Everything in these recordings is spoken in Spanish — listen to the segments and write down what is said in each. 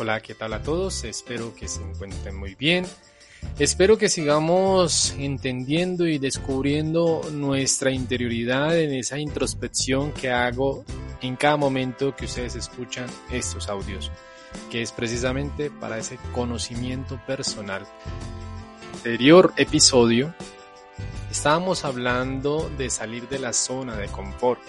Hola, ¿qué tal a todos? Espero que se encuentren muy bien. Espero que sigamos entendiendo y descubriendo nuestra interioridad en esa introspección que hago en cada momento que ustedes escuchan estos audios, que es precisamente para ese conocimiento personal. Anterior episodio estábamos hablando de salir de la zona de confort.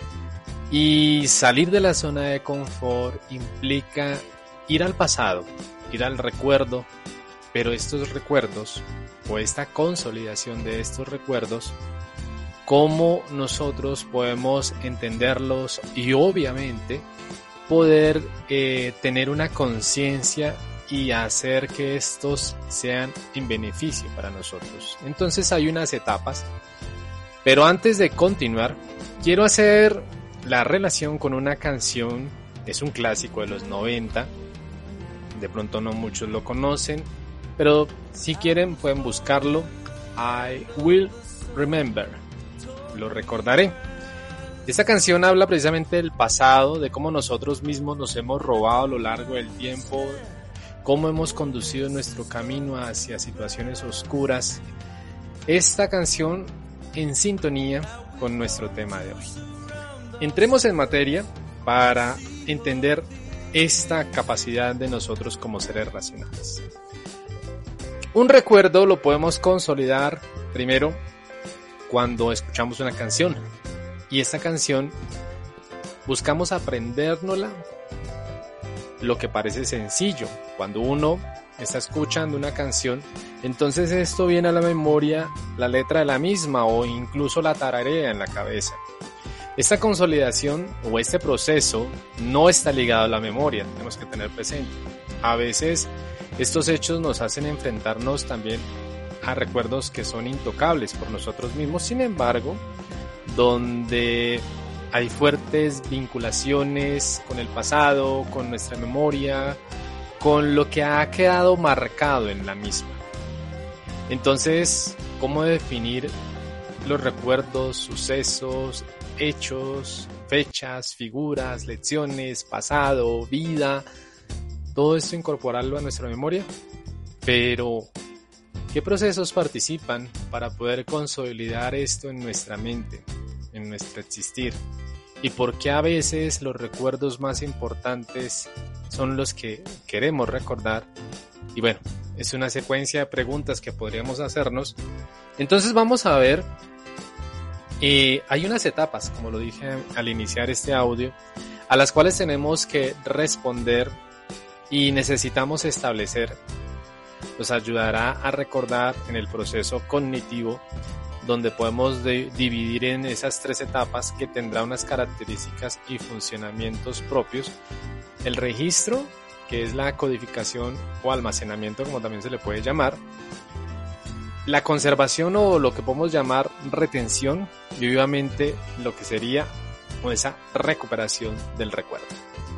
Y salir de la zona de confort implica ir al pasado, ir al recuerdo, pero estos recuerdos o esta consolidación de estos recuerdos, cómo nosotros podemos entenderlos y obviamente poder tener una conciencia y hacer que estos sean en beneficio para nosotros. Entonces hay unas etapas, pero antes de continuar, quiero hacer la relación con una canción. Es un clásico de los 90, de pronto no muchos lo conocen, pero si quieren pueden buscarlo. I Will Remember, lo recordaré. Esta canción habla precisamente del pasado, de cómo nosotros mismos nos hemos robado a lo largo del tiempo, cómo hemos conducido nuestro camino hacia situaciones oscuras. Esta canción en sintonía con nuestro tema de hoy. Entremos en materia para entender esta capacidad de nosotros como seres racionales. Un recuerdo lo podemos consolidar primero cuando escuchamos una canción. Y esta canción buscamos aprendérnosla, lo que parece sencillo. Cuando uno está escuchando una canción, entonces esto viene a la memoria, la letra de la misma o incluso la tararea en la cabeza. Esta consolidación o este proceso no está ligado a la memoria, tenemos que tener presente. A veces estos hechos nos hacen enfrentarnos también a recuerdos que son intocables por nosotros mismos, sin embargo, donde hay fuertes vinculaciones con el pasado, con nuestra memoria, con lo que ha quedado marcado en la misma. Entonces, ¿cómo definir los recuerdos, sucesos, hechos, fechas, figuras, lecciones, pasado, vida? Todo esto incorporarlo a nuestra memoria. Pero, ¿qué procesos participan para poder consolidar esto en nuestra mente, en nuestro existir? ¿Y por qué a veces los recuerdos más importantes son los que queremos recordar? Y bueno, es una secuencia de preguntas que podríamos hacernos. Entonces vamos a ver. Hay unas etapas, como lo dije al iniciar este audio, a las cuales tenemos que responder y necesitamos establecer. Nos ayudará a recordar en el proceso cognitivo, donde podemos dividir en esas 3 etapas que tendrá unas características y funcionamientos propios. El registro, que es la codificación o almacenamiento, como también se le puede llamar. La conservación o lo que podemos llamar retención y obviamente lo que sería esa recuperación del recuerdo.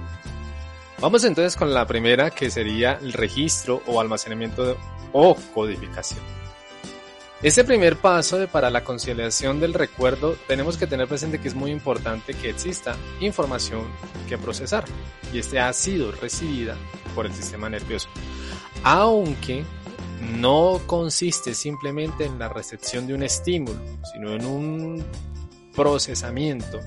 Vamos entonces con la primera, que sería el registro o almacenamiento o codificación. Este primer paso para la consolidación del recuerdo tenemos que tener presente que es muy importante que exista información que procesar y ha sido recibida por el sistema nervioso, aunque no consiste simplemente en la recepción de un estímulo, sino en un procesamiento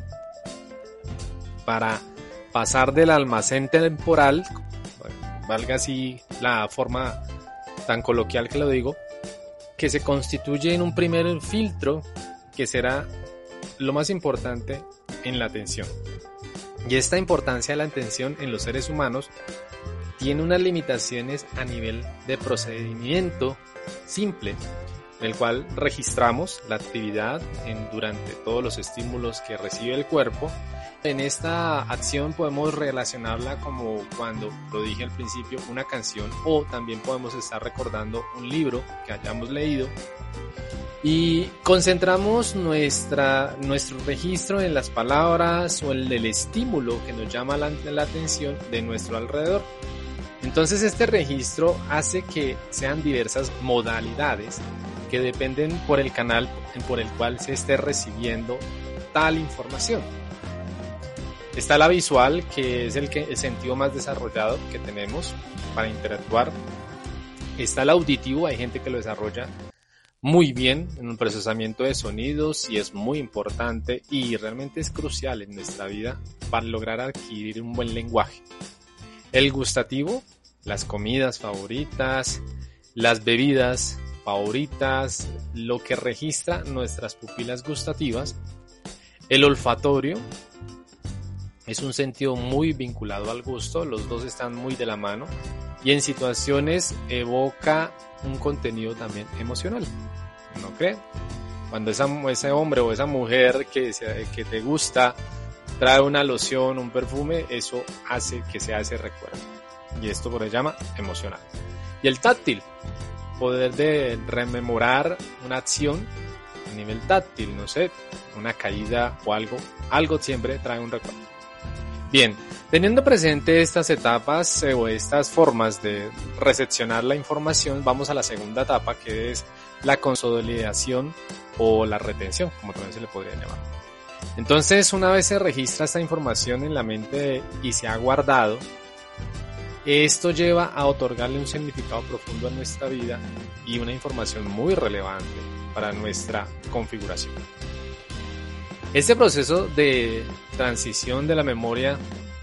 para pasar del almacén temporal, valga así la forma tan coloquial que lo digo, que se constituye en un primer filtro que será lo más importante en la atención. Y esta importancia de la atención en los seres humanos tiene unas limitaciones a nivel de procedimiento simple, en el cual registramos la actividad durante todos los estímulos que recibe el cuerpo. En esta acción podemos relacionarla como cuando lo dije al principio, una canción, o también podemos estar recordando un libro que hayamos leído y concentramos nuestro registro en las palabras o en el estímulo que nos llama la atención de nuestro alrededor. Entonces este registro hace que sean diversas modalidades que dependen por el canal por el cual se esté recibiendo tal información. Está la visual, que es el sentido más desarrollado que tenemos para interactuar. Está el auditivo, hay gente que lo desarrolla muy bien en un procesamiento de sonidos y es muy importante y realmente es crucial en nuestra vida para lograr adquirir un buen lenguaje. El gustativo, las comidas favoritas, las bebidas favoritas, lo que registra nuestras pupilas gustativas. El olfatorio es un sentido muy vinculado al gusto, los dos están muy de la mano y en situaciones evoca un contenido también emocional, ¿no creen? Cuando ese hombre o esa mujer que te gusta trae una loción, un perfume, eso hace que sea ese recuerdo y esto se llama emocional. Y el táctil, poder de rememorar una acción a nivel táctil, no sé, una caída o algo siempre trae un recuerdo. Bien, teniendo presente estas etapas o estas formas de recepcionar la información, vamos a la segunda etapa, que es la consolidación o la retención, como también se le podría llamar. Entonces, una vez se registra esta información en la mente y se ha guardado, esto lleva a otorgarle un significado profundo a nuestra vida y una información muy relevante para nuestra configuración. Este proceso de transición de la memoria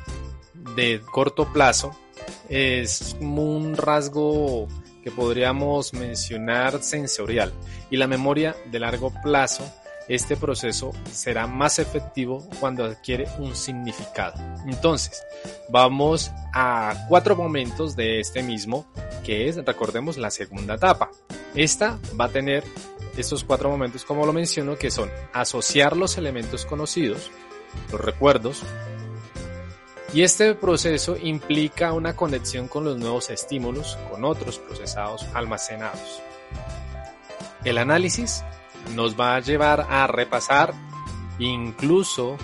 de corto plazo es un rasgo que podríamos mencionar sensorial, y la memoria de largo plazo, este proceso será más efectivo cuando adquiere un significado. Entonces, vamos a 4 momentos de este mismo, que es, recordemos, la segunda etapa. Esta va a tener estos 4 momentos, como lo menciono, que son asociar los elementos conocidos, los recuerdos, y este proceso implica una conexión con los nuevos estímulos, con otros procesados almacenados. El análisis nos va a llevar a repasar, incluso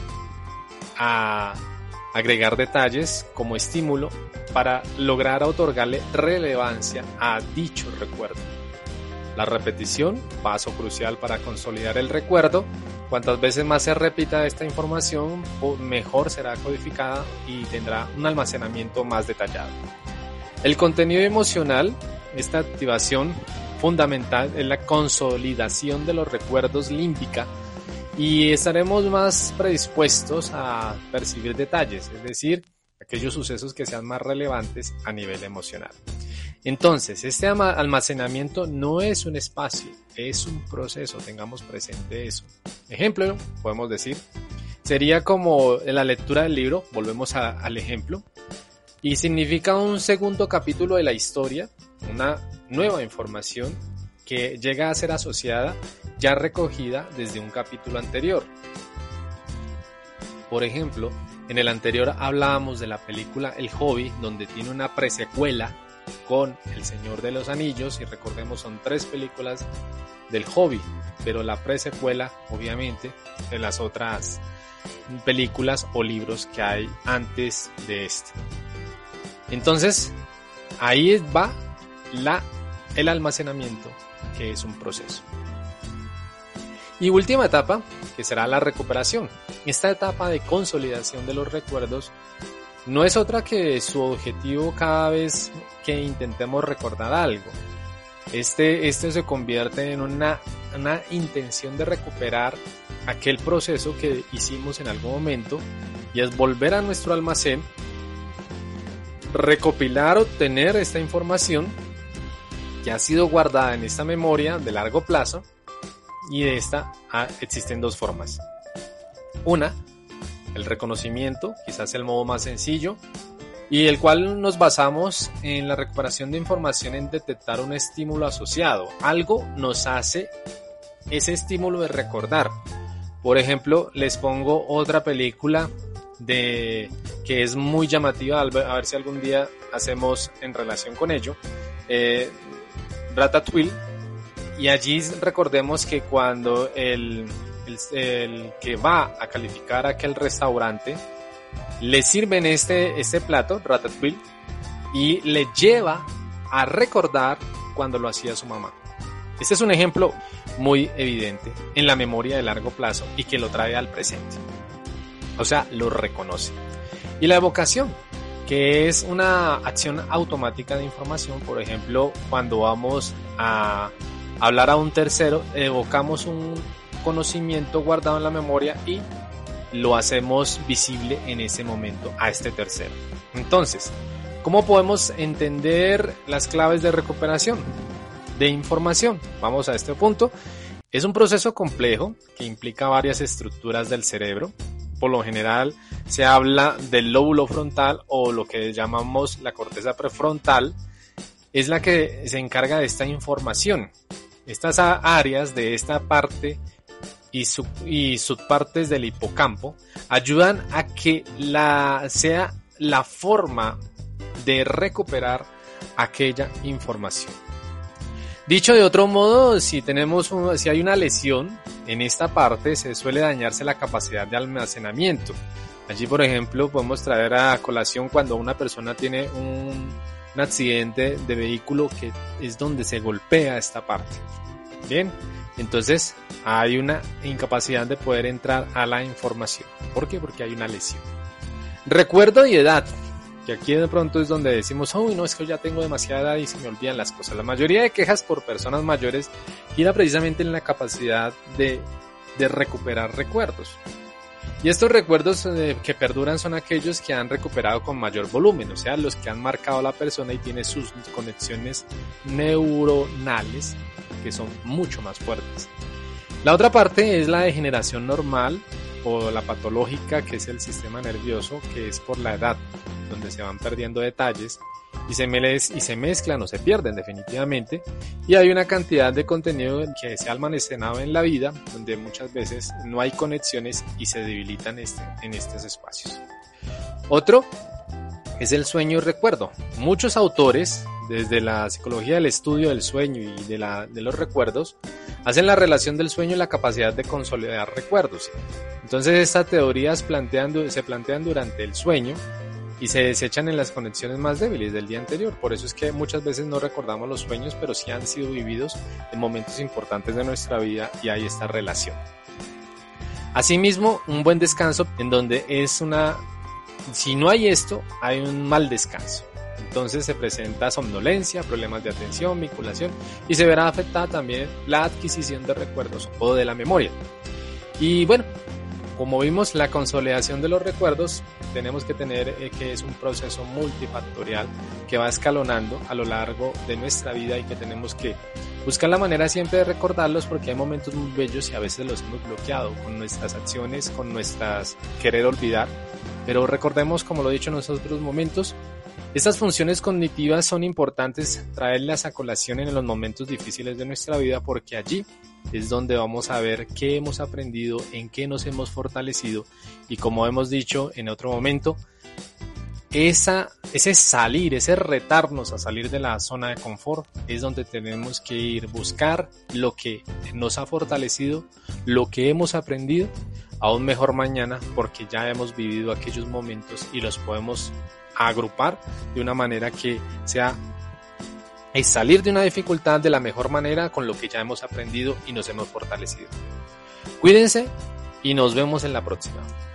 a agregar detalles como estímulo para lograr otorgarle relevancia a dicho recuerdo. La repetición, paso crucial para consolidar el recuerdo. Cuantas veces más se repita esta información, mejor será codificada y tendrá un almacenamiento más detallado. El contenido emocional, esta activación fundamental es la consolidación de los recuerdos límbica y estaremos más predispuestos a percibir detalles, es decir, aquellos sucesos que sean más relevantes a nivel emocional. Entonces, este almacenamiento no es un espacio, es un proceso, tengamos presente eso. Ejemplo, podemos decir, sería como en la lectura del libro, volvemos al ejemplo, y significa un segundo capítulo de la historia, una nueva información que llega a ser asociada, ya recogida desde un capítulo anterior. Por ejemplo, en el anterior hablábamos de la película El Hobbit, donde tiene una presecuela con El Señor de los Anillos, y recordemos son 3 películas del Hobbit, pero la presecuela obviamente de las otras películas o libros que hay antes de este. Entonces ahí va el almacenamiento, que es un proceso. Y última etapa, que será la recuperación. Esta etapa de consolidación de los recuerdos no es otra que su objetivo cada vez que intentemos recordar algo. Este se convierte en una intención de recuperar aquel proceso que hicimos en algún momento, y es volver a nuestro almacén, recopilar, obtener esta información que ha sido guardada en esta memoria de largo plazo, y de esta existen 2 formas. Una, el reconocimiento, quizás el modo más sencillo, y el cual nos basamos en la recuperación de información en detectar un estímulo asociado. Algo nos hace ese estímulo de recordar. Por ejemplo, les pongo otra película que es muy llamativa, a ver si algún día hacemos en relación con ello, Ratatouille, y allí recordemos que cuando el que va a calificar aquel restaurante le sirven este plato, Ratatouille, y le lleva a recordar cuando lo hacía su mamá. Este es un ejemplo muy evidente en la memoria de largo plazo y que lo trae al presente. o sea, lo reconoce. Y la evocación, que es una acción automática de información. Por ejemplo, cuando vamos a hablar a un tercero, evocamos un conocimiento guardado en la memoria y lo hacemos visible en ese momento a este tercero. Entonces, ¿cómo podemos entender las claves de recuperación de información? Vamos a este punto. Es un proceso complejo que implica varias estructuras del cerebro. Por lo general se habla del lóbulo frontal, o lo que llamamos la corteza prefrontal, es la que se encarga de esta información. Estas áreas de esta parte y subpartes del hipocampo ayudan a que sea la forma de recuperar aquella información. Dicho de otro modo, si hay una lesión en esta parte, se suele dañarse la capacidad de almacenamiento. Allí, por ejemplo, podemos traer a colación cuando una persona tiene un accidente de vehículo, que es donde se golpea esta parte. Bien, entonces hay una incapacidad de poder entrar a la información. ¿Por qué? Porque hay una lesión. Recuerdo y edad, que aquí de pronto es donde decimos, uy, no, es que yo ya tengo demasiada edad y se me olvidan las cosas. La mayoría de quejas por personas mayores gira precisamente en la capacidad de recuperar recuerdos. Y estos recuerdos que perduran son aquellos que han recuperado con mayor volumen, o sea, los que han marcado a la persona y tiene sus conexiones neuronales que son mucho más fuertes. La otra parte es la degeneración normal o la patológica, que es el sistema nervioso, que es por la edad, donde se van perdiendo detalles y se mezclan o se pierden definitivamente, y hay una cantidad de contenido que se ha almacenado en la vida, donde muchas veces no hay conexiones y se debilitan en estos espacios. Otro es el sueño y recuerdo. Muchos autores, desde la psicología del estudio del sueño y de los recuerdos, hacen la relación del sueño y la capacidad de consolidar recuerdos. Entonces estas teorías se plantean durante el sueño y se desechan en las conexiones más débiles del día anterior. Por eso es que muchas veces no recordamos los sueños, pero sí han sido vividos en momentos importantes de nuestra vida, y hay esta relación. Asimismo, un buen descanso, en donde si no hay esto, hay un mal descanso. Entonces se presenta somnolencia, problemas de atención, vinculación, y se verá afectada también la adquisición de recuerdos o de la memoria. Y bueno, como vimos, la consolidación de los recuerdos tenemos que tener que es un proceso multifactorial que va escalonando a lo largo de nuestra vida, y que tenemos que buscar la manera siempre de recordarlos, porque hay momentos muy bellos y a veces los hemos bloqueado con nuestras acciones, con nuestras querer olvidar. Pero recordemos, como lo he dicho en los otros momentos, estas funciones cognitivas son importantes traerlas a colación en los momentos difíciles de nuestra vida, porque allí es donde vamos a ver qué hemos aprendido, en qué nos hemos fortalecido, y como hemos dicho en otro momento, ese retarnos a salir de la zona de confort es donde tenemos que ir, buscar lo que nos ha fortalecido, lo que hemos aprendido a un mejor mañana, porque ya hemos vivido aquellos momentos y los podemos agrupar de una manera que sea es salir de una dificultad de la mejor manera con lo que ya hemos aprendido y nos hemos fortalecido. Cuídense y nos vemos en la próxima.